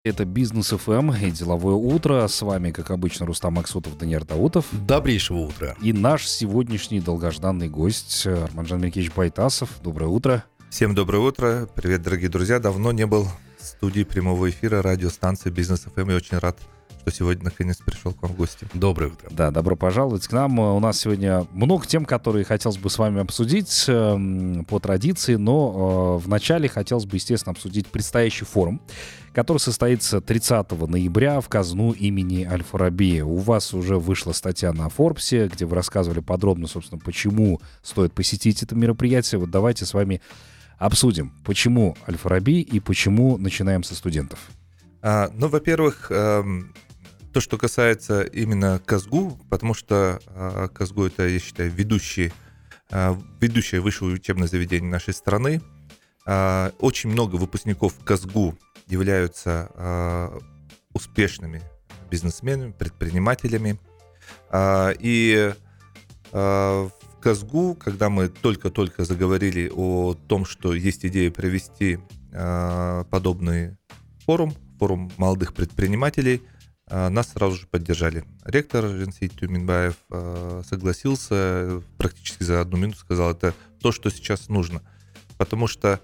Это «Бизнес ФМ» и «Деловое утро». С вами, как обычно, Рустам Максутов, Даниил Даутов. Добрейшего утра. И наш сегодняшний долгожданный гость Арманжан Меркевич Байтасов. Доброе утро. Всем доброе утро. Привет, дорогие друзья. Давно не был в студии прямого эфира радиостанции «Бизнес ФМ». Я очень рад, что сегодня наконец пришел к вам в гости. Доброе утро. Да, добро пожаловать к нам. У нас сегодня много тем, которые хотелось бы с вами обсудить по традиции, но вначале хотелось бы, естественно, обсудить предстоящий форум, который состоится 30 ноября в казну имени Аль-Фараби. У вас уже вышла статья на Форбсе, где вы рассказывали подробно, собственно, почему стоит посетить это мероприятие. Вот давайте с вами обсудим, почему Аль-Фараби и почему начинаем со студентов. Во-первых, то, что касается именно КАЗГУ, потому что КАЗГУ — это, я считаю, ведущее высшее учебное заведение нашей страны. Очень много выпускников КАЗГУ являются успешными бизнесменами, предпринимателями. И в КАЗГУ, когда мы только-только заговорили о том, что есть идея провести подобный форум молодых предпринимателей, нас сразу же поддержали. Ректор Женсейт Тюминбаев согласился, практически за 1 минуту сказал, это то, что сейчас нужно. Потому что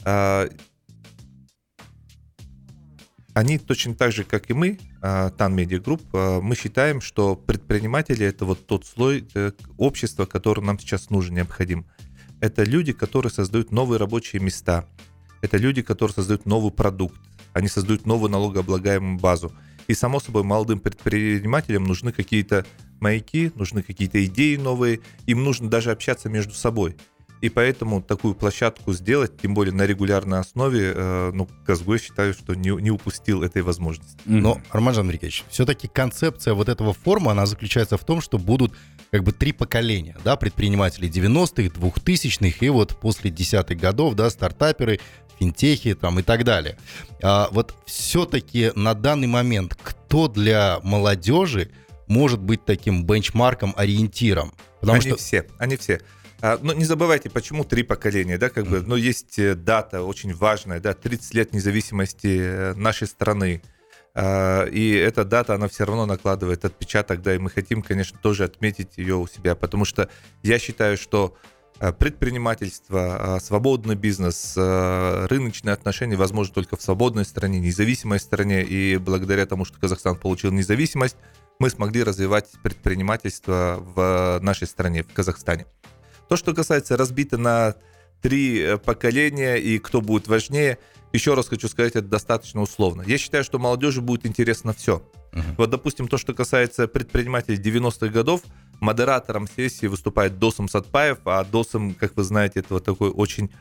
они точно так же, как и мы, Тан Медиа Групп, мы считаем, что предприниматели — это вот тот слой общества, который нам сейчас нужен, необходим. Это люди, которые создают новые рабочие места. Это люди, которые создают новый продукт. Они создают новую налогооблагаемую базу. И, само собой, молодым предпринимателям нужны какие-то маяки, нужны какие-то идеи новые, им нужно даже общаться между собой. И поэтому такую площадку сделать, тем более на регулярной основе, КАЗГУ, я считаю, что не упустил этой возможности. Но, Арманжан Меркевич, все-таки концепция вот этого форума, она заключается в том, что будут как бы 3 поколения, да, предприниматели 90-х, 2000-х и вот после 10-х годов, да, стартаперы, финтехи там и так далее. Вот все-таки на данный момент кто для молодежи может быть таким бенчмарком, ориентиром? Они все. Но не забывайте, почему 3 поколения, да, как бы, но есть дата очень важная, да, 30 лет независимости нашей страны. И эта дата, она все равно накладывает отпечаток, да, и мы хотим, конечно, тоже отметить ее у себя, потому что я считаю, что предпринимательство, свободный бизнес, рыночные отношения возможны только в свободной стране, независимой стране. И благодаря тому, что Казахстан получил независимость, мы смогли развивать предпринимательство в нашей стране, в Казахстане. То, что касается разбито на 3 поколения и кто будет важнее, еще раз хочу сказать, это достаточно условно. Я считаю, что молодежи будет интересно все. Вот, допустим, то, что касается предпринимателей 90-х годов, модератором сессии выступает Досым Сатпаев, а Досым, как вы знаете, это вот такой очень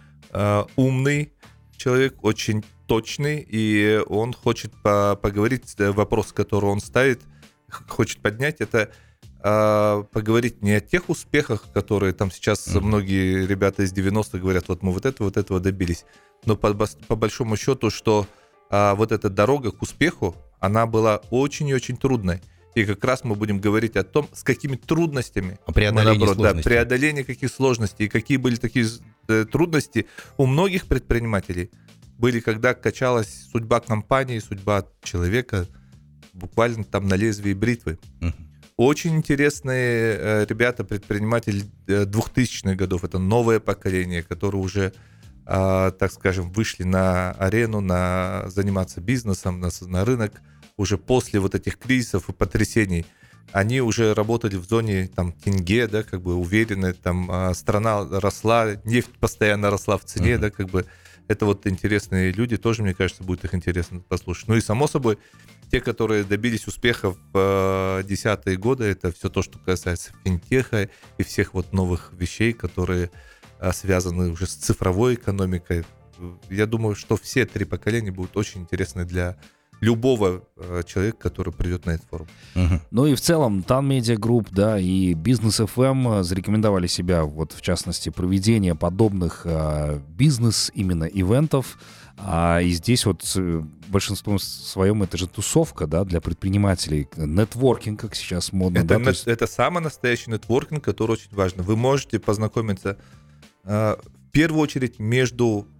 умный человек, очень точный, и он хочет поговорить, вопрос, который он ставит, хочет поднять, это поговорить не о тех успехах, которые там сейчас многие ребята из 90-х говорят, вот мы вот этого добились, но по большому счету, что вот эта дорога к успеху, она была очень и очень трудной. И как раз мы будем говорить о том, с какими трудностями, преодоление каких сложностей, и какие были такие трудности у многих предпринимателей были, когда качалась судьба компании, судьба человека буквально там на лезвии бритвы. Очень интересные ребята, предприниматели 2000-х годов, это новое поколение, которые уже, так скажем, вышли на арену, заниматься бизнесом, на рынок, уже после вот этих кризисов и потрясений. Они уже работали в зоне там тенге, да, как бы уверены, там страна росла, нефть постоянно росла в цене, да, как бы это вот интересные люди, тоже, мне кажется, будет их интересно послушать. Ну и, само собой, те, которые добились успеха в 10-е годы, это все то, что касается финтеха и всех вот новых вещей, которые связаны уже с цифровой экономикой. Я думаю, что все 3 поколения будут очень интересны для любого человека, который придет на этот форум. Ну и в целом Тан Медиа Групп, да, и Бизнес ФМ зарекомендовали себя, вот в частности, проведение подобных бизнес именно ивентов. И здесь вот большинством своем это же тусовка, да, для предпринимателей, нетворкинг, как сейчас модно. Это самый настоящий нетворкинг, который очень важен. Вы можете познакомиться в первую очередь между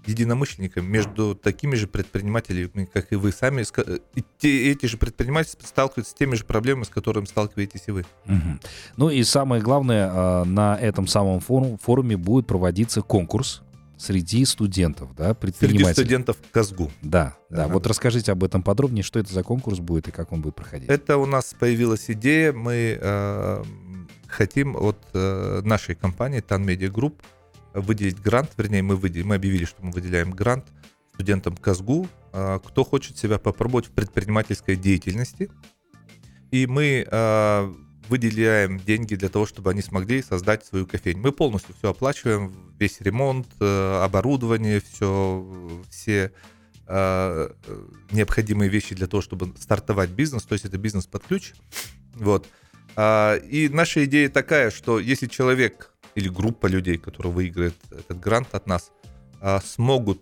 единомышленниками, между такими же предпринимателями, как и вы сами. Эти же предприниматели сталкиваются с теми же проблемами, с которыми сталкиваетесь и вы. Мгм. Ну и самое главное, на этом самом форуме будет проводиться конкурс среди студентов, да, Среди предпринимателей. студентов КАЗГУ. Да. Ага. Вот расскажите об этом подробнее, что это за конкурс будет и как он будет проходить. Это у нас появилась идея, мы хотим от нашей компании TAN Media Group выделить грант, вернее, мы объявили, что мы выделяем грант студентам КАЗГУ, кто хочет себя попробовать в предпринимательской деятельности. И мы выделяем деньги для того, чтобы они смогли создать свою кофейню. Мы полностью все оплачиваем, весь ремонт, оборудование, все необходимые вещи для того, чтобы стартовать бизнес, то есть это бизнес под ключ. Вот. И наша идея такая, что если человек или группа людей, которые выиграют этот грант от нас, смогут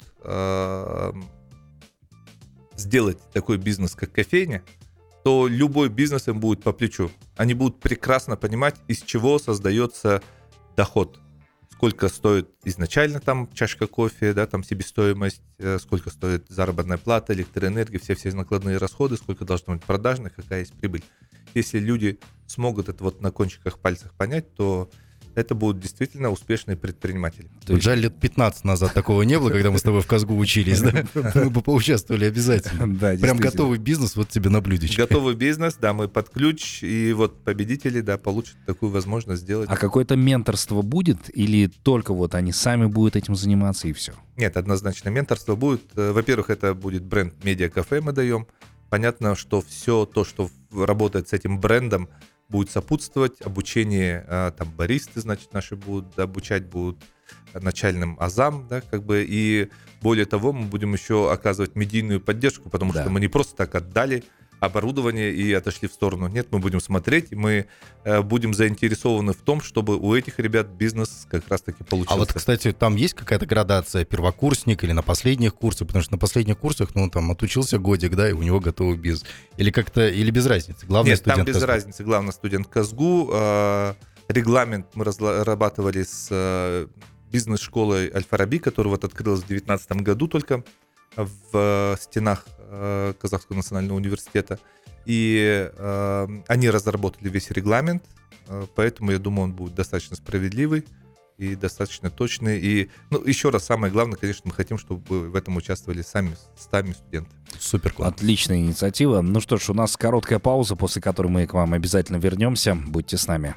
сделать такой бизнес, как кофейня, то любой бизнес им будет по плечу. Они будут прекрасно понимать, из чего создается доход. Сколько стоит изначально там чашка кофе, да, там себестоимость, сколько стоит заработная плата, электроэнергия, все накладные расходы, сколько должно быть продажных, какая есть прибыль. Если люди смогут это вот на кончиках пальцев понять, то это будут действительно успешные предприниматели. Жаль, лет 15 назад такого не было, когда мы с тобой в КАЗГУ учились, да? Мы бы поучаствовали обязательно. Да, Прям готовый бизнес вот тебе на блюдечке. Готовый бизнес, да, мы под ключ, и вот победители, да, получат такую возможность сделать. А какое-то менторство будет или только вот они сами будут этим заниматься и все? Нет, однозначно менторство будет. Во-первых, это будет бренд Медиакафе мы даем. Понятно, что все то, что работает с этим брендом, будет сопутствовать. Обучение, там баристы, значит, наши будут обучать, будут начальным азам, да, как бы. И более того, мы будем еще оказывать медийную поддержку, потому что мы не просто так отдали оборудование и отошли в сторону. Нет, мы будем смотреть, и мы будем заинтересованы в том, чтобы у этих ребят бизнес как раз-таки получился. А вот, кстати, там есть какая-то градация, первокурсник или на последних курсах? Потому что на последних курсах, ну, там, отучился годик, да, и у него готовый бизнес. Или как-то, или без разницы? Главное, нет, студент там без КАЗГУ. разницы. Главное, студент КАЗГУ. Регламент мы разрабатывали с бизнес-школой Аль-Фараби, которая вот открылась в 2019 году только в стенах Казахского национального университета. И они разработали весь регламент, поэтому, я думаю, он будет достаточно справедливый и достаточно точный. И, ну, еще раз, самое главное, конечно, мы хотим, чтобы в этом участвовали сами студенты. Супер класс. Отличная инициатива. Ну что ж, у нас короткая пауза, после которой мы к вам обязательно вернемся. Будьте с нами.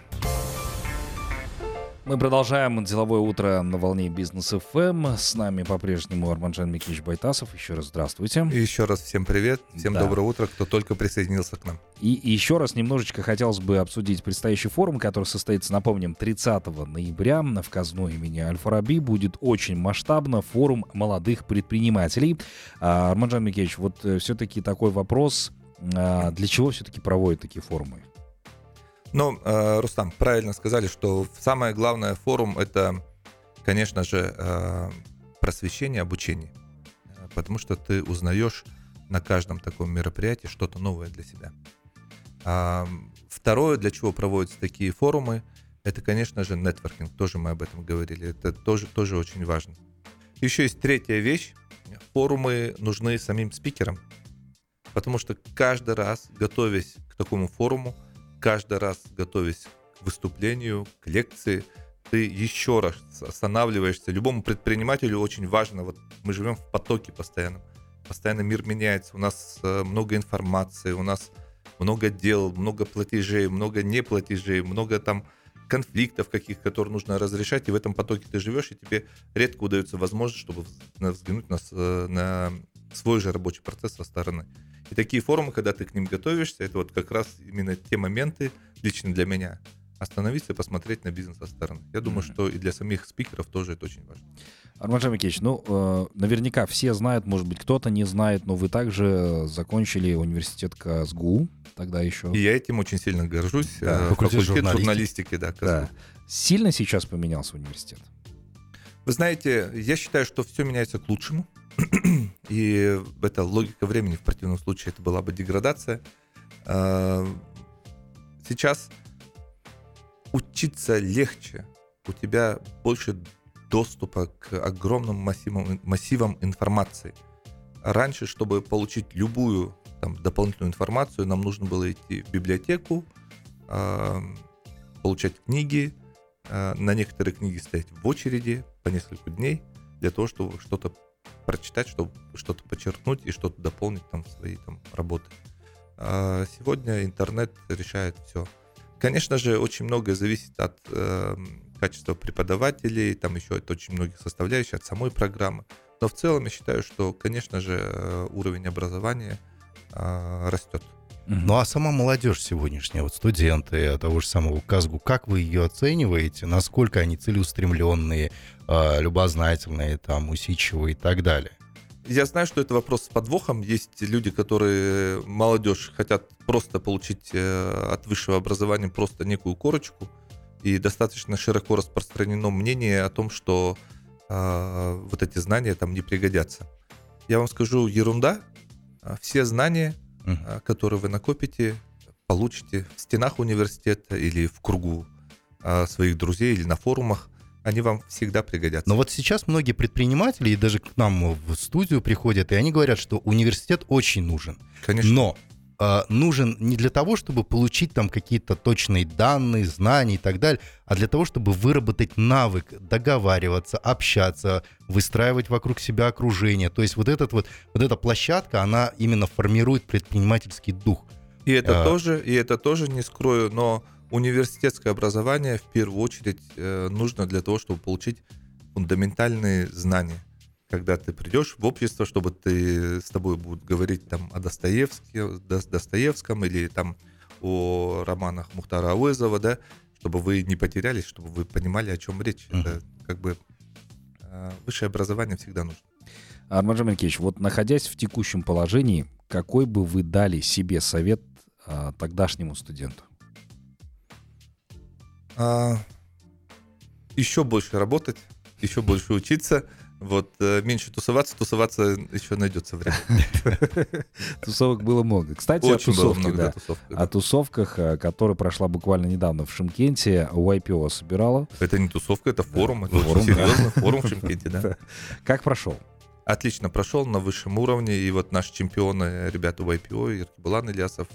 Мы продолжаем деловое утро на волне Бизнес ФМ. С нами по-прежнему Арманжан Микич Байтасов. Еще раз здравствуйте. И еще раз всем привет, всем доброе утро, кто только присоединился к нам. И еще раз немножечко хотелось бы обсудить предстоящий форум, который состоится, напомним, 30 ноября в Казну имени Аль-Фараби. Будет очень масштабно форум молодых предпринимателей. Арманжан Микич, вот все-таки такой вопрос. Для чего все-таки проводят такие форумы? Ну, Рустам, правильно сказали, что самое главное форум — это, конечно же, просвещение, обучение. Потому что ты узнаешь на каждом таком мероприятии что-то новое для себя. Второе, для чего проводятся такие форумы, это, конечно же, нетворкинг. Тоже мы об этом говорили. Это тоже очень важно. Еще есть третья вещь. Форумы нужны самим спикерам. Потому что каждый раз, готовясь к такому форуму, каждый раз, готовясь к выступлению, к лекции, ты еще раз останавливаешься. Любому предпринимателю очень важно, вот мы живем в потоке постоянном. Постоянно мир меняется, у нас много информации, у нас много дел, много платежей, много неплатежей, много там конфликтов каких, которые нужно разрешать, и в этом потоке ты живешь, и тебе редко удается возможность, чтобы взглянуть на свой же рабочий процесс со стороны. И такие форумы, когда ты к ним готовишься, это вот как раз именно те моменты, лично для меня, остановиться и посмотреть на бизнес со стороны. Я думаю, что и для самих спикеров тоже это очень важно. Арманжан Микич, наверняка все знают, может быть, кто-то не знает, но вы также закончили университет КАЗГУ тогда еще. И я этим очень сильно горжусь. Да, факультет журналистики, да, КАЗГУ. Да. Сильно сейчас поменялся университет? Вы знаете, я считаю, что все меняется к лучшему. И это логика времени, в противном случае это была бы деградация. Сейчас учиться легче, у тебя больше доступа к огромным массивам информации. Раньше, чтобы получить любую там, дополнительную информацию, нам нужно было идти в библиотеку, получать книги, на некоторые книги стоять в очереди по несколько дней для того, чтобы что-то прочитать, чтобы что-то подчеркнуть и что-то дополнить там в свои там, работы. Сегодня интернет решает все. Конечно же, очень многое зависит от качества преподавателей, там еще это очень многих составляющих, от самой программы. Но в целом я считаю, что, конечно же, уровень образования растет. Ну а сама молодежь сегодняшняя, вот студенты того же самого КАЗГУ, как вы ее оцениваете? Насколько они целеустремленные, любознательные, там, усидчивые и так далее? Я знаю, что это вопрос с подвохом. Есть люди, которые, молодежь, хотят просто получить от высшего образования просто некую корочку. И достаточно широко распространено мнение о том, что вот эти знания там не пригодятся. Я вам скажу, ерунда. Все знания, которые вы накопите, получите в стенах университета или в кругу своих друзей или на форумах, они вам всегда пригодятся. Но вот сейчас многие предприниматели и даже к нам в студию приходят, и они говорят, что университет очень нужен. Конечно. Но нужен не для того, чтобы получить там какие-то точные данные, знания и так далее, а для того, чтобы выработать навык договариваться, общаться, выстраивать вокруг себя окружение. То есть вот эта площадка, она именно формирует предпринимательский дух. И это тоже, не скрою, но университетское образование в первую очередь нужно для того, чтобы получить фундаментальные знания. Когда ты придешь в общество, чтобы с тобой будут говорить там о Достоевском или там о романах Мухтара Ауэзова, да, чтобы вы не потерялись, чтобы вы понимали, о чем речь. Это как бы высшее образование всегда нужно. Арман Джамалькевич, вот находясь в текущем положении, какой бы вы дали себе совет тогдашнему студенту? Еще больше работать, еще больше учиться. Вот, меньше тусоваться еще найдется время. Тусовок было много. Кстати, очень о тусовке, было много, да. тусовок, да. О тусовках, которая прошла буквально недавно в Шымкенте, YPO собирала. Это не тусовка, это форум. Да, это форум, очень серьезно. Форум в Шымкенте, да. Как прошел? Отлично прошел на высшем уровне. И вот наши чемпионы, ребята YPO, Еркебулан Ильясов,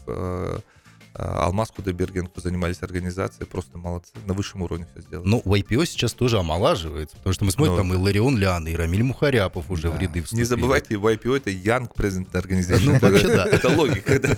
Алмаз Кудайберген, занимались организацией, просто молодцы, на высшем уровне все сделали. Ну, YPO сейчас тоже омолаживается, потому что мы смотрим, там и Ларион Лян, и Рамиль Мухаряпов уже в ряды вступили. Не забывайте, YPO — это Young Present Organization. Ну, вообще да. Это логика, да.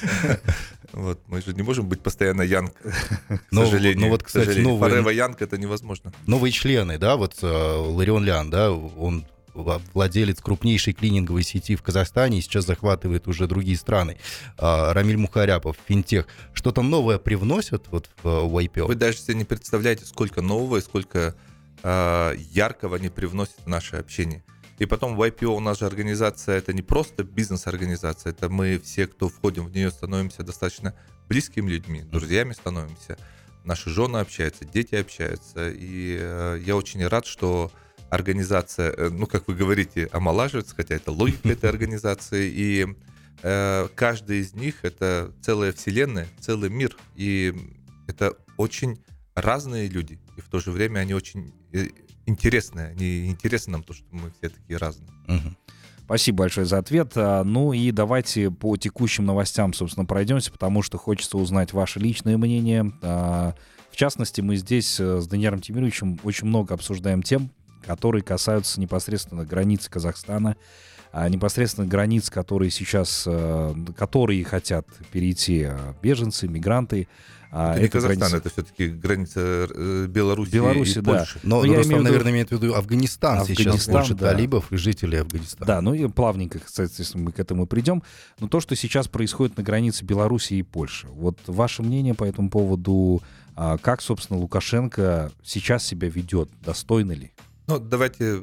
Вот, мы же не можем быть постоянно Young, к сожалению. Ну вот, кстати, Forever Young — это невозможно. Новые члены, да, вот Ларион Лян, да, он владелец крупнейшей клининговой сети в Казахстане и сейчас захватывает уже другие страны. Рамиль Мухаряпов, финтех. Что-то новое привносят вот в YPO? Вы даже себе не представляете, сколько нового и сколько яркого они привносят в наше общение. И потом YPO у нас же организация, это не просто бизнес-организация, это мы все, кто входим в нее, становимся достаточно близкими людьми, друзьями становимся. Наши жены общаются, дети общаются. И я очень рад, что организация, ну, как вы говорите, омолаживается, хотя это логика этой организации, и каждый из них — это целая вселенная, целый мир, и это очень разные люди, и в то же время они очень интересные, они интересны нам то, что мы все такие разные. Спасибо большое за ответ. Ну и давайте по текущим новостям, собственно, пройдемся, потому что хочется узнать ваше личное мнение. В частности, мы здесь с Даниилом Темировичем очень много обсуждаем тем, которые касаются непосредственно границ Казахстана, непосредственно границ, которые сейчас, которые хотят перейти беженцы, мигранты. Это не Казахстан, это все-таки граница Беларуси и да. Польши. Но Рустам, наверное, имеет в виду Афганистан сейчас, больше да. талибов и жителей Афганистана. Да, ну и плавненько, кстати, если мы к этому придем. Но то, что сейчас происходит на границе Беларуси и Польши, вот ваше мнение по этому поводу, как, собственно, Лукашенко сейчас себя ведет, достойно ли? Ну, давайте,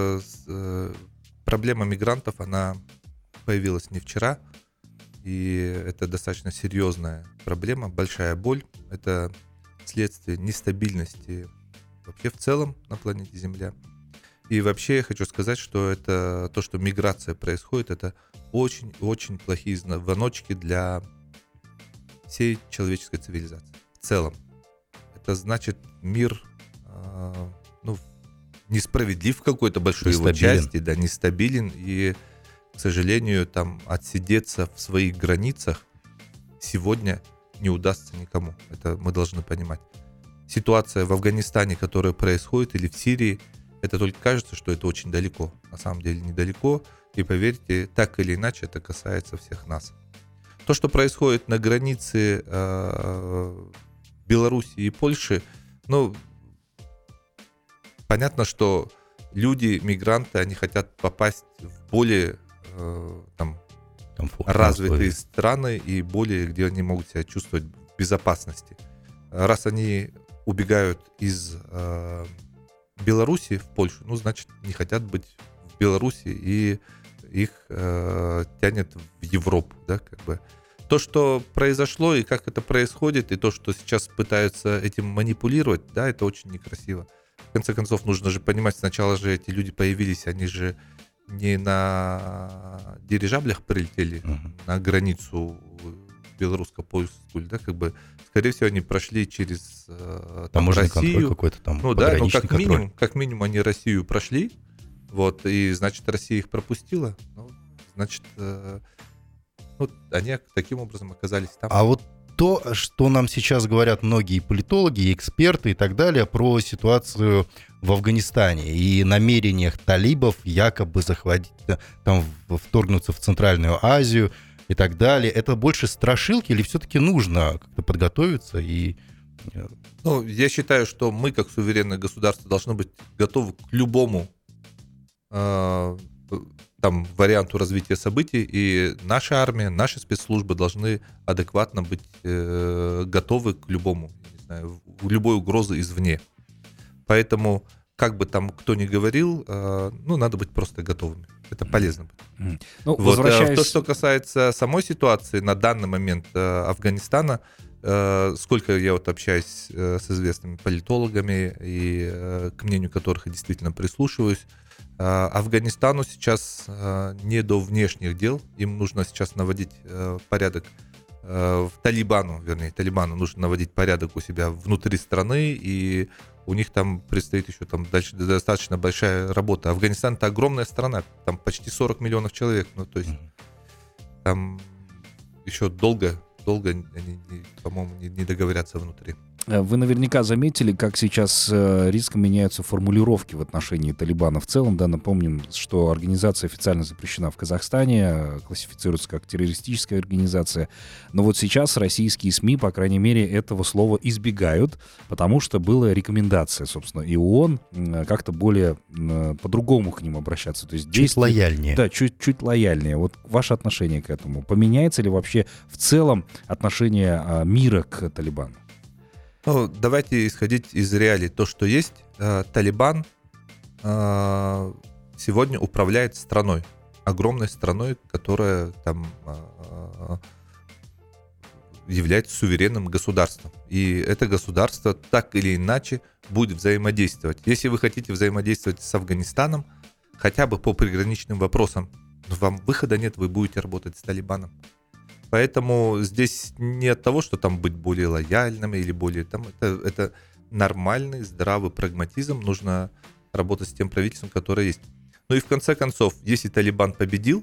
проблема мигрантов, она появилась не вчера, и это достаточно серьезная проблема, большая боль. Это следствие нестабильности вообще в целом на планете Земля. И вообще я хочу сказать, что это то, что миграция происходит, это очень-очень плохие звоночки для всей человеческой цивилизации в целом. Это значит мир, несправедлив в какой-то большой его части, да, нестабилен, и, к сожалению, там отсидеться в своих границах сегодня не удастся никому. Это мы должны понимать. Ситуация в Афганистане, которая происходит, или в Сирии, это только кажется, что это очень далеко. На самом деле недалеко, и поверьте, так или иначе это касается всех нас. То, что происходит на границе Беларуси и Польши, ну, понятно, что люди, мигранты, они хотят попасть в более развитые страны и более, где они могут себя чувствовать в безопасности. Раз они убегают из Беларуси в Польшу, ну, значит, не хотят быть в Беларуси, и их тянет в Европу, да, как бы. То, что произошло и как это происходит, и то, что сейчас пытаются этим манипулировать, да, это очень некрасиво. В конце концов, нужно же понимать, сначала же эти люди появились, они же не на дирижаблях прилетели на границу белорусско-польскую, да, как бы, скорее всего, они прошли через таможенный Россию. Контроль какой-то там, ну да, ну контроль. как минимум они Россию прошли, вот, и значит, Россия их пропустила, ну, значит, ну, они таким образом оказались там. А вот то, что нам сейчас говорят многие политологи, и эксперты и так далее про ситуацию в Афганистане и намерениях талибов якобы захватить, там, вторгнуться в Центральную Азию и так далее, это больше страшилки или все-таки нужно как-то подготовиться и... Ну, я считаю, что мы, как суверенное государство, должны быть готовы к любому там варианту развития событий, и наша армия, наши спецслужбы должны адекватно быть готовы к любому, не знаю, любой угрозе извне. Поэтому, как бы там кто ни говорил, ну, надо быть просто готовыми. Это полезно быть. Ну, вот. возвращаясь... То, что касается самой ситуации на данный момент Афганистана, сколько я вот общаюсь с известными политологами, и к мнению которых я действительно прислушиваюсь, Афганистану сейчас не до внешних дел, им нужно сейчас наводить порядок Талибану нужно наводить порядок у себя внутри страны, и у них там предстоит еще там дальше достаточно большая работа. Афганистан — это огромная страна, там почти 40 миллионов человек, ну то есть там еще долго они, по-моему, не договорятся внутри. Вы наверняка заметили, как сейчас резко меняются формулировки в отношении Талибана в целом. Да, напомним, что организация официально запрещена в Казахстане, классифицируется как террористическая организация. Но вот сейчас российские СМИ, по крайней мере, этого слова избегают, потому что была рекомендация, собственно, и ООН как-то более по-другому к ним обращаться. То есть чуть лояльнее. Да, чуть лояльнее. Вот ваше отношение к этому. Поменяется ли вообще в целом отношение мира к Талибану? Ну, давайте исходить из реалий. То, что есть, Талибан сегодня управляет страной, огромной страной, которая там является суверенным государством. И это государство так или иначе будет взаимодействовать. Если вы хотите взаимодействовать с Афганистаном, хотя бы по приграничным вопросам, вам выхода нет, вы будете работать с Талибаном. Поэтому здесь не от того, что там быть более лояльными или более там, это нормальный, здравый прагматизм. Нужно работать с тем правительством, которое есть. Ну и в конце концов, если Талибан победил,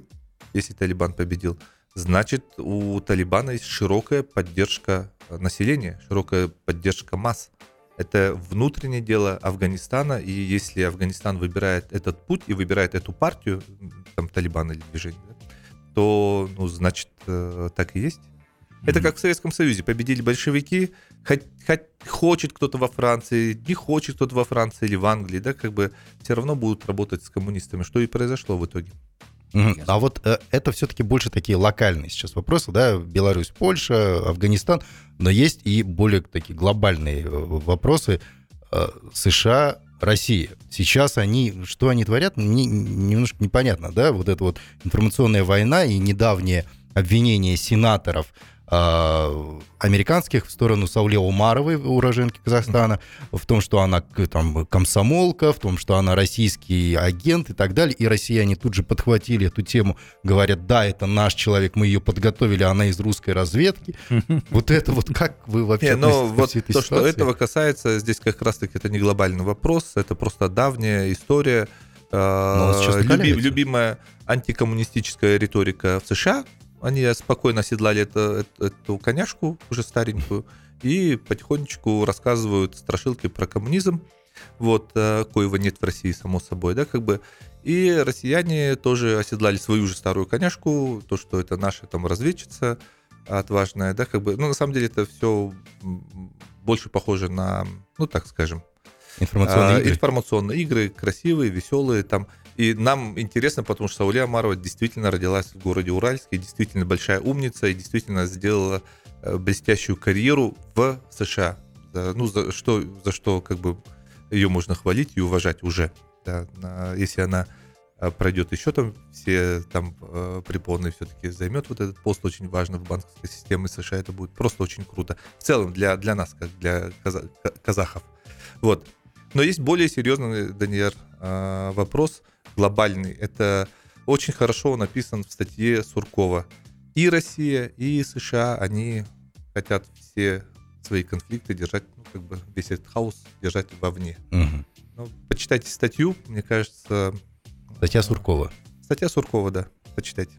значит у Талибана есть широкая поддержка населения, широкая поддержка масс. Это внутреннее дело Афганистана, и если Афганистан выбирает этот путь и выбирает эту партию, там Талибан или движение, то, ну, значит, так и есть. Это как в Советском Союзе. Победили большевики, хочет кто-то во Франции, не хочет кто-то во Франции или в Англии, да, как бы все равно будут работать с коммунистами, что и произошло в итоге. А вот это все-таки больше такие локальные сейчас вопросы, да, Беларусь, Польша, Афганистан, но есть и более такие глобальные вопросы. США, Россия. Сейчас что они творят, немножко непонятно, да, вот эта вот информационная война и недавнее обвинения сенаторов американских в сторону Сауле Омаровой, уроженки Казахстана, в том, что она там комсомолка, в том, что она российский агент и так далее. И россияне тут же подхватили эту тему, говорят, да, это наш человек, мы ее подготовили, она из русской разведки. Вот это вот как вы вообще относитесь ко всей этой ситуации? Что этого касается, здесь как раз-таки это не глобальный вопрос, это просто давняя история, любимая антикоммунистическая риторика в США. Они спокойно оседлали эту коняшку, уже старенькую, и потихонечку рассказывают страшилки про коммунизм, коего нет в России, само собой, да, как бы. И россияне тоже оседлали свою же старую коняшку, то, что это наша там разведчица отважная, да, как бы. Ну, на самом деле это все больше похоже на, так скажем, информационные игры, красивые, веселые там. И нам интересно, потому что Сауле Омарова действительно родилась в городе Уральске, действительно большая умница и действительно сделала блестящую карьеру в США. За что как бы ее можно хвалить и уважать уже. Да, если она пройдет еще там все там препоны, все-таки займет вот этот пост очень важный в банковской системе США, это будет просто очень круто. В целом для нас, как для казахов. Вот. Но есть более серьезный, Данияр, вопрос, глобальный. Это очень хорошо написан в статье Суркова. И Россия, и США, они хотят все свои конфликты держать, весь этот хаос держать вовне. Угу. Почитайте статью, мне кажется... Статья Суркова. Статья Суркова, да, почитайте.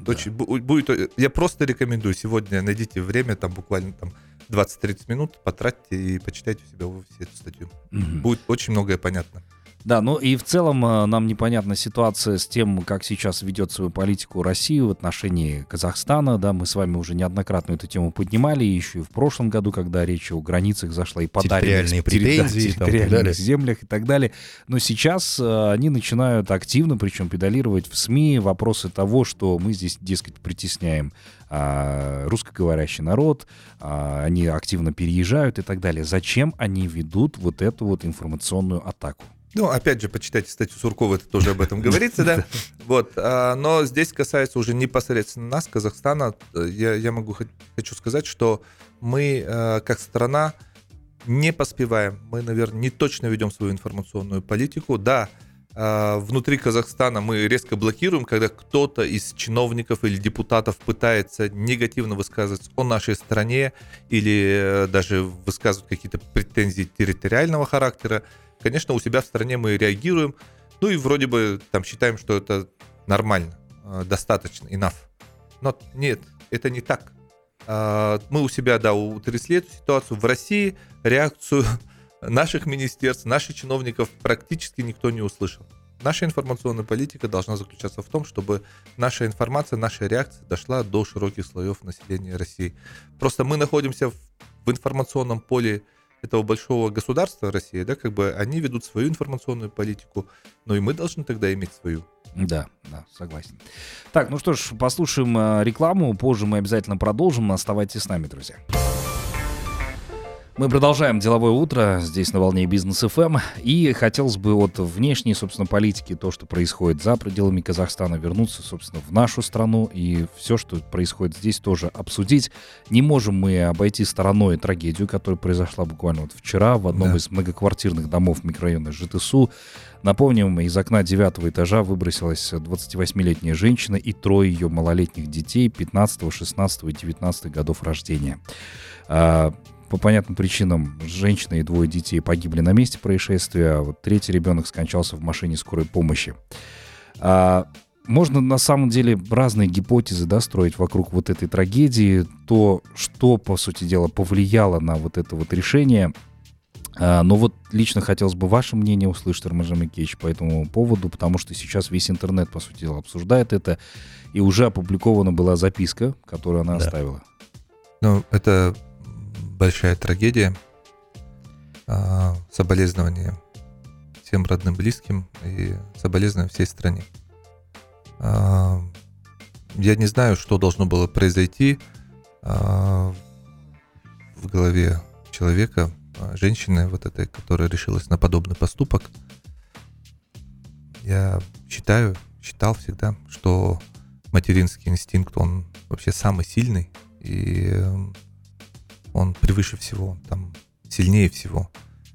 Будет, я просто рекомендую. Сегодня найдите время, там буквально 20-30 минут, потратьте и почитайте у себя в офисе эту статью. Угу. Будет очень многое понятно. Да, и в целом нам непонятна ситуация с тем, как сейчас ведет свою политику Россия в отношении Казахстана. Да, мы с вами уже неоднократно эту тему поднимали, еще и в прошлом году, когда речь о границах зашла и подаренных территориальных землях и так далее. Но сейчас они начинают активно, причем педалировать в СМИ вопросы того, что мы здесь, дескать, притесняем русскоговорящий народ, они активно переезжают и так далее. Зачем они ведут вот эту вот информационную атаку? Опять же, почитайте статью Суркова, это тоже об этом говорится, да. Но здесь касается уже непосредственно нас, Казахстана. Я хочу сказать, что мы, как страна, не поспеваем. Мы, наверное, не точно ведем свою информационную политику. Да, внутри Казахстана мы резко блокируем, когда кто-то из чиновников или депутатов пытается негативно высказываться о нашей стране или даже высказывать какие-то претензии территориального характера. Конечно, у себя в стране мы реагируем, и вроде бы там считаем, что это нормально, достаточно, enough. Но нет, это не так. Мы у себя, утрясли эту ситуацию. В России реакцию наших министерств, наших чиновников практически никто не услышал. Наша информационная политика должна заключаться в том, чтобы наша информация, наша реакция дошла до широких слоев населения России. Просто мы находимся в информационном поле этого большого государства России, да, как бы они ведут свою информационную политику, но и мы должны тогда иметь свою. Да, согласен. Так, что ж, послушаем рекламу, позже мы обязательно продолжим, оставайтесь с нами, друзья. Мы продолжаем деловое утро здесь на волне Бизнес ФМ. И хотелось бы от внешней, собственно, политики, то, что происходит за пределами Казахстана, вернуться, собственно, в нашу страну. И все, что происходит здесь, тоже обсудить. Не можем мы обойти стороной трагедию, которая произошла буквально вчера в одном из многоквартирных домов микрорайона ЖТСУ. Напомним, из окна 9-го этажа выбросилась 28-летняя женщина и 3 ее малолетних детей 15, 16 и 19 годов рождения. По понятным причинам женщина и 2 детей погибли на месте происшествия, а 3-й ребенок скончался в машине скорой помощи. Можно на самом деле разные гипотезы строить вокруг вот этой трагедии, то, что, по сути дела, повлияло на вот это вот решение. Но лично хотелось бы ваше мнение услышать, Арманжан Микеевич, по этому поводу, потому что сейчас весь интернет, по сути дела, обсуждает это, и уже опубликована была записка, которую она оставила. Это большая трагедия. Соболезнования всем родным, близким и соболезнования всей стране. Я не знаю, что должно было произойти в голове человека, женщины, этой, которая решилась на подобный поступок. Я считал всегда, что материнский инстинкт, он вообще самый сильный, и он превыше всего, он там сильнее всего.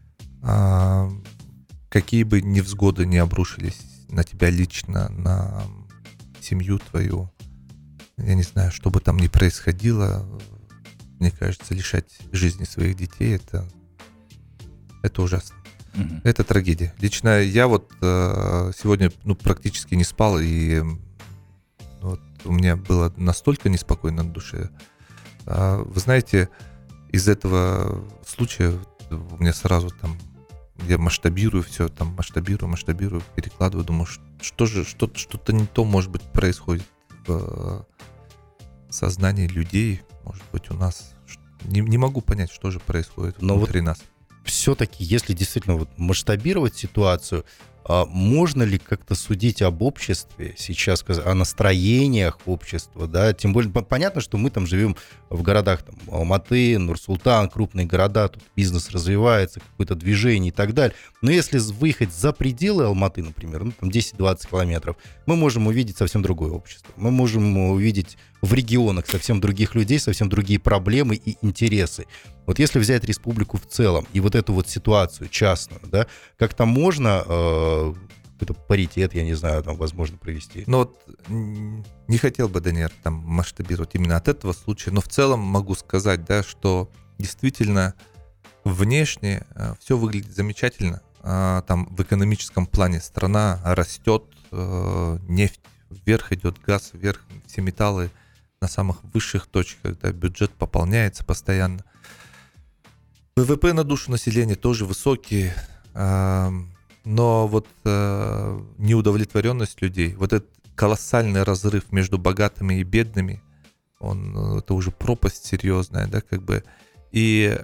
Какие бы невзгоды ни обрушились на тебя лично, на семью твою, я не знаю, что бы там ни происходило, мне кажется, лишать жизни своих детей, это ужасно. Это трагедия. Лично я вот сегодня практически не спал, и вот у меня было настолько неспокойно на душе. Вы знаете, из этого случая у меня сразу там, я масштабирую все, там масштабирую, перекладываю, думаю, что-то не то, может быть, происходит в сознании людей, может быть, у нас. Не могу понять, что же происходит внутри нас. Все-таки, если действительно вот масштабировать ситуацию, можно ли как-то судить об обществе сейчас, о настроениях общества, да? Тем более, понятно, что мы там живем в городах, там, Алматы, Нур-Султан, крупные города, тут бизнес развивается, какое-то движение и так далее. Но если выехать за пределы Алматы, например, там 10-20 километров, мы можем увидеть совсем другое общество. Мы можем увидеть в регионах совсем других людей, совсем другие проблемы и интересы. Вот если взять республику в целом и вот эту вот ситуацию частную, да, как-то можно какой-то паритет, я не знаю, там, возможно, провести? Ну вот не хотел бы, Даниэль, там масштабировать именно от этого случая, но в целом могу сказать, да, что действительно внешне все выглядит замечательно. Там в экономическом плане страна растет, нефть вверх идет, газ вверх, все металлы на самых высших точках, да, бюджет пополняется постоянно. ВВП на душу населения тоже высокий, но вот неудовлетворенность людей, вот этот колоссальный разрыв между богатыми и бедными, это уже пропасть серьезная, да, как бы. И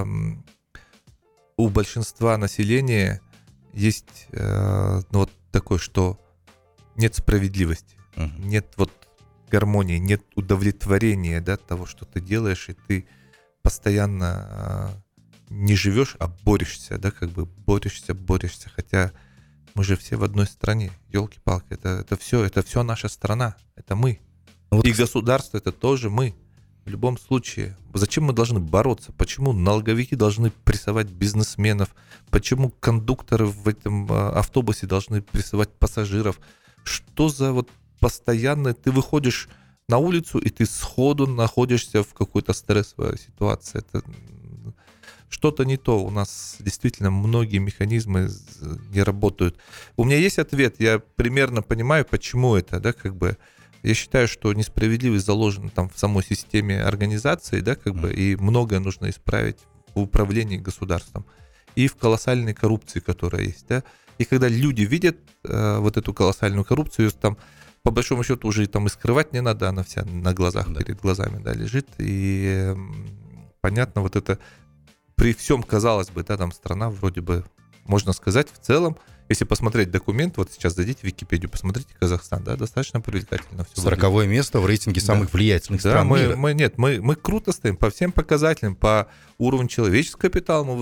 у большинства населения есть вот такое, что нет справедливости, нет вот гармонии, нет удовлетворения, да, того, что ты делаешь, и ты постоянно не живешь, а борешься, да, как бы борешься, хотя мы же все в одной стране, елки-палки, это все наша страна, это мы. Вот. И государство это тоже мы. В любом случае, зачем мы должны бороться? Почему налоговики должны прессовать бизнесменов? Почему кондукторы в этом автобусе должны прессовать пассажиров? Что за вот постоянно ты выходишь на улицу, и ты сходу находишься в какой-то стрессовой ситуации? Это что-то не то. У нас действительно многие механизмы не работают. У меня есть ответ. Я примерно понимаю, почему это, да, как бы. Я считаю, что несправедливость заложена там в самой системе организации, да, как бы, и многое нужно исправить в управлении государством и в колоссальной коррупции, которая есть, да. И когда люди видят вот эту колоссальную коррупцию, там по большому счету уже там и скрывать не надо, она вся на глазах, да, перед глазами, да, лежит, и понятно, вот это при всем, казалось бы, да, там страна вроде бы, можно сказать, в целом, если посмотреть документ, вот сейчас зайдите в Википедию, посмотрите Казахстан, да, достаточно привлекательно все. 40-е место в рейтинге самых влиятельных стран мира. Мы круто стоим по всем показателям, по уровню человеческого капитала мы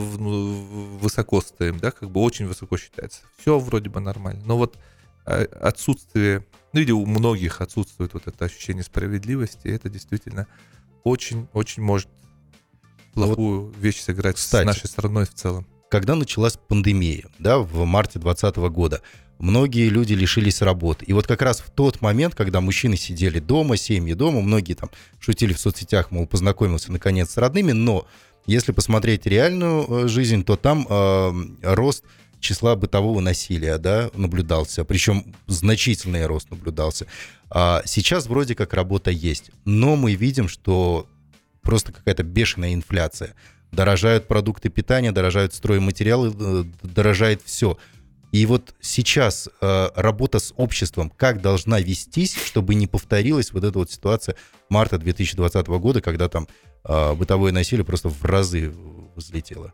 высоко стоим, да, как бы очень высоко считается. Все вроде бы нормально, но вот отсутствие, ну или у многих отсутствует вот это ощущение справедливости, и это действительно очень-очень может плохую вещь сыграть, кстати, с нашей страной в целом. Когда началась пандемия, да, в марте 2020 года, многие люди лишились работы. И вот как раз в тот момент, когда мужчины сидели дома, семьи дома, многие там шутили в соцсетях, мол, познакомился наконец с родными, но если посмотреть реальную жизнь, то там рост числа бытового насилия, да, наблюдался, причем значительный рост наблюдался. Сейчас вроде как работа есть, но мы видим, что просто какая-то бешеная инфляция. Дорожают продукты питания, дорожают стройматериалы, дорожает все. И вот сейчас работа с обществом как должна вестись, чтобы не повторилась вот эта вот ситуация марта 2020 года, когда там бытовое насилие просто в разы взлетело.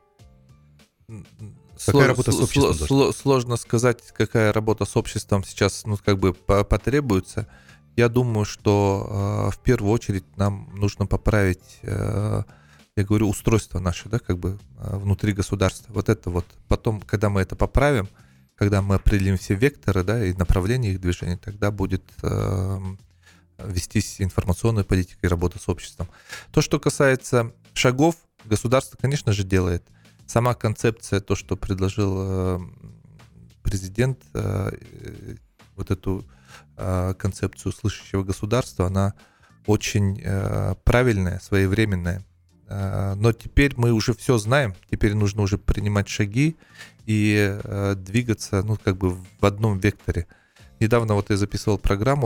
Какая работа с обществом? Сложно сказать, какая работа с обществом сейчас, ну, как бы потребуется. Я думаю, что в первую очередь нам нужно поправить, я говорю, устройство наше, да, как бы внутри государства. Вот это вот. Потом, когда мы это поправим, когда мы определим все векторы, да, и направления их движения, тогда будет вестись информационной политикой, работа с обществом. То, что касается шагов, государство, конечно же, делает. Сама концепция, то, что предложил президент, вот эту концепцию слышащего государства, она очень правильная, своевременная. Но теперь мы уже все знаем, теперь нужно уже принимать шаги и двигаться, ну, как бы в одном векторе. Недавно вот я записывал программу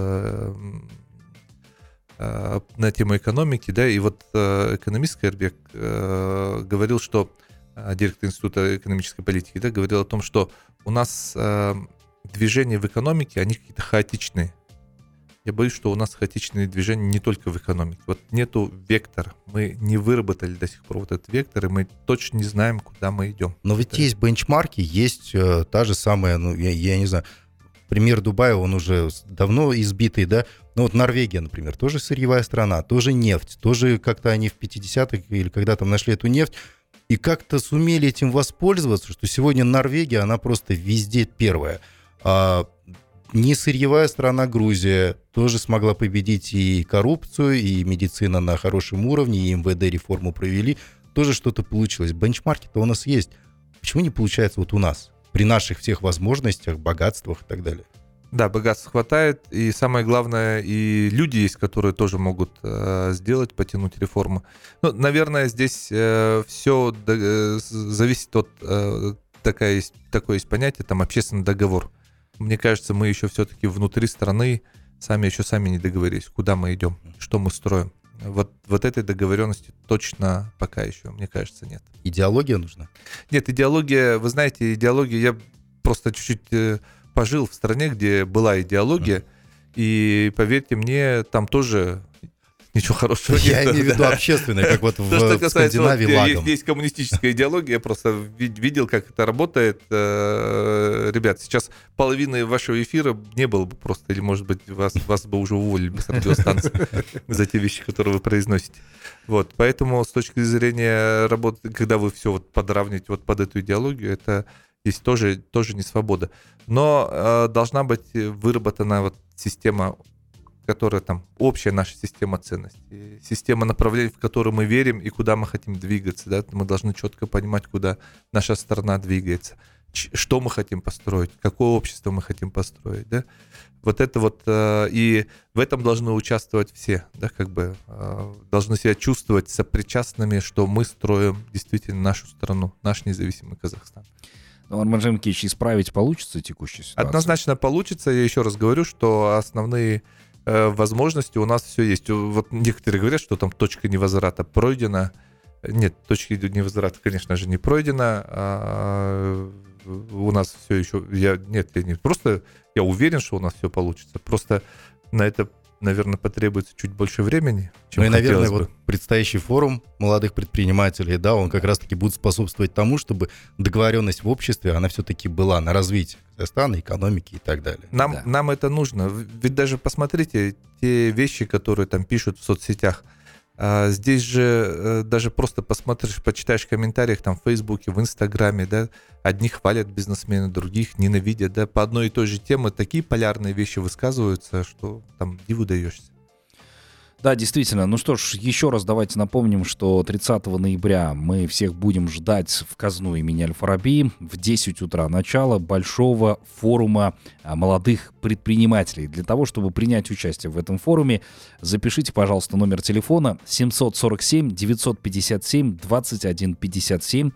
на тему экономики, да, и вот экономист Кайырбек говорил, что директор Института экономической политики, да, говорил о том, что у нас движения в экономике, они какие-то хаотичные. Я боюсь, что у нас хаотичные движения не только в экономике. Вот нету вектора. Мы не выработали до сих пор вот этот вектор, и мы точно не знаем, куда мы идем. Но ведь есть бенчмарки, есть та же самая, ну, я не знаю, пример Дубая, он уже давно избитый, да? Ну вот Норвегия, например, тоже сырьевая страна, тоже нефть, тоже как-то они в 50-х или когда там нашли эту нефть, и как-то сумели этим воспользоваться, что сегодня Норвегия, она просто везде первая. Не сырьевая страна Грузия тоже смогла победить и коррупцию, и медицина на хорошем уровне, и МВД реформу провели. Тоже что-то получилось. Бенчмарки-то у нас есть. Почему не получается вот у нас? При наших всех возможностях, богатствах и так далее. Да, богатств хватает, и самое главное, и люди есть, которые тоже могут сделать, потянуть реформу. Ну, наверное, здесь все зависит от такое есть понятие, там, общественный договор. Мне кажется, мы еще все-таки внутри страны сами не договорились, куда мы идем, что мы строим. Вот этой договоренности точно пока еще, мне кажется, нет. Идеология нужна? Нет, идеология, вы знаете, я просто чуть-чуть пожил в стране, где была идеология, и, поверьте мне, там тоже ничего хорошего нет. Я имею в виду общественное, как вот в Скандинавии лагом. Есть коммунистическая идеология, я просто видел, как это работает. Ребят, сейчас половины вашего эфира не было бы просто, или, может быть, вас бы уже уволили бы с радиостанции за те вещи, которые вы произносите. Вот, поэтому с точки зрения работы, когда вы все вот подравниваете вот под эту идеологию, это здесь тоже не свобода. Но должна быть выработана вот система, которая там общая наша система ценностей, система направлений, в которую мы верим и куда мы хотим двигаться. Да? Мы должны четко понимать, куда наша страна двигается, что мы хотим построить, какое общество мы хотим построить. Да? Вот это вот, и в этом должны участвовать все, да, как бы должны себя чувствовать сопричастными, что мы строим действительно нашу страну, наш независимый Казахстан. Арман Джанкевич, исправить получится текущую ситуацию? Однозначно получится. Я еще раз говорю, что основные возможности у нас все есть. Вот некоторые говорят, что там точка невозврата пройдена. Нет, точки невозврата, конечно же, не пройдена. У нас все еще... Я уверен, что у нас все получится. Просто на это, наверное, потребуется чуть больше времени, чем хотелось бы. Ну и, наверное, вот предстоящий форум молодых предпринимателей, да, он как раз-таки будет способствовать тому, чтобы договоренность в обществе, она все-таки была на развитие Казахстана, экономики и так далее. Нам это нужно. Ведь даже посмотрите те вещи, которые там пишут в соцсетях. Здесь же даже просто посмотришь, почитаешь в комментариях там в Фейсбуке, в Инстаграме, да, одни хвалят бизнесмены, других ненавидят, да, по одной и той же теме такие полярные вещи высказываются, что там диву даешься. Да, действительно. Ну что ж, еще раз давайте напомним, что 30 ноября мы всех будем ждать в казну имени Аль-Фараби в 10 утра начала большого форума молодых предпринимателей. Для того, чтобы принять участие в этом форуме, запишите, пожалуйста, номер телефона 747-957-2157,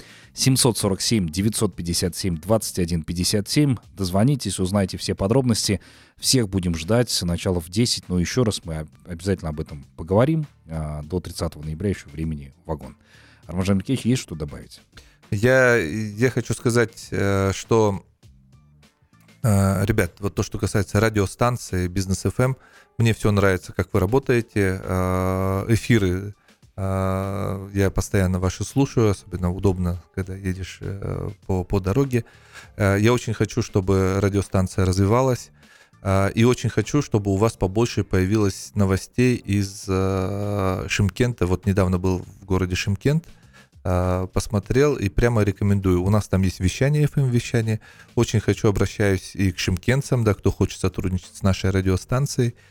747-957-2157. Дозвонитесь, узнайте все подробности. Всех будем ждать с начала в 10, но еще раз мы обязательно об этом поговорим. До 30 ноября еще времени вагон. Арман Джанкевич, есть что добавить? Я хочу сказать, что, ребят, вот то, что касается радиостанции Бизнес FM, мне все нравится, как вы работаете. Эфиры я постоянно ваши слушаю, особенно удобно, когда едешь по дороге. Я очень хочу, чтобы радиостанция развивалась. И очень хочу, чтобы у вас побольше появилось новостей из Шымкента. Вот недавно был в городе Шымкент, посмотрел и прямо рекомендую. У нас там есть вещание, FM-вещание. Очень обращаюсь и к шымкентцам, да, кто хочет сотрудничать с нашей радиостанцией.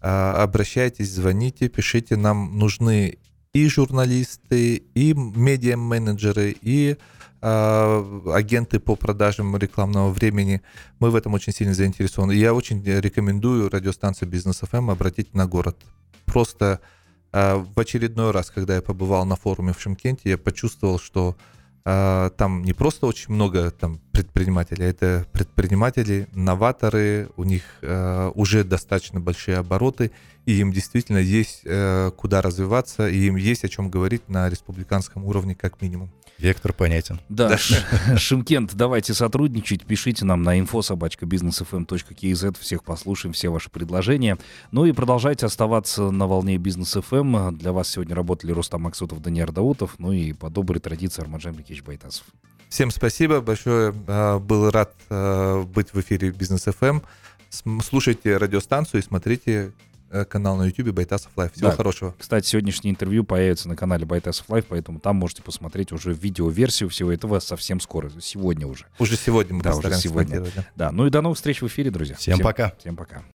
Обращайтесь, звоните, пишите. Нам нужны и журналисты, и медиа-менеджеры, и агенты по продажам рекламного времени. Мы в этом очень сильно заинтересованы. Я очень рекомендую радиостанцию Бизнес ФМ обратить на город. Просто в очередной раз, когда я побывал на форуме в Шымкенте, я почувствовал, что там не просто очень много там предпринимателей, это предприниматели, новаторы, у них уже достаточно большие обороты, и им действительно есть куда развиваться, и им есть о чем говорить на республиканском уровне как минимум. Вектор понятен. Да, Шымкент, давайте сотрудничать, пишите нам на info@businessfm.kz, всех послушаем, все ваши предложения. Ну и продолжайте оставаться на волне Бизнес ФМ. Для вас сегодня работали Рустам Максутов, Даниил Даутов, ну и по доброй традиции Арманджан Бекич Байтасов. Всем спасибо большое, был рад быть в эфире Бизнес ФМ. Слушайте радиостанцию и смотрите канал на YouTube Байтасов Лайв. Всего хорошего. Кстати, сегодняшнее интервью появится на канале Байтасов Лайв, поэтому там можете посмотреть уже видеоверсию всего этого совсем скоро. Сегодня уже. Уже сегодня мы постараемся сегодня. Да, ну и до новых встреч в эфире, друзья. Всем пока. Всем пока.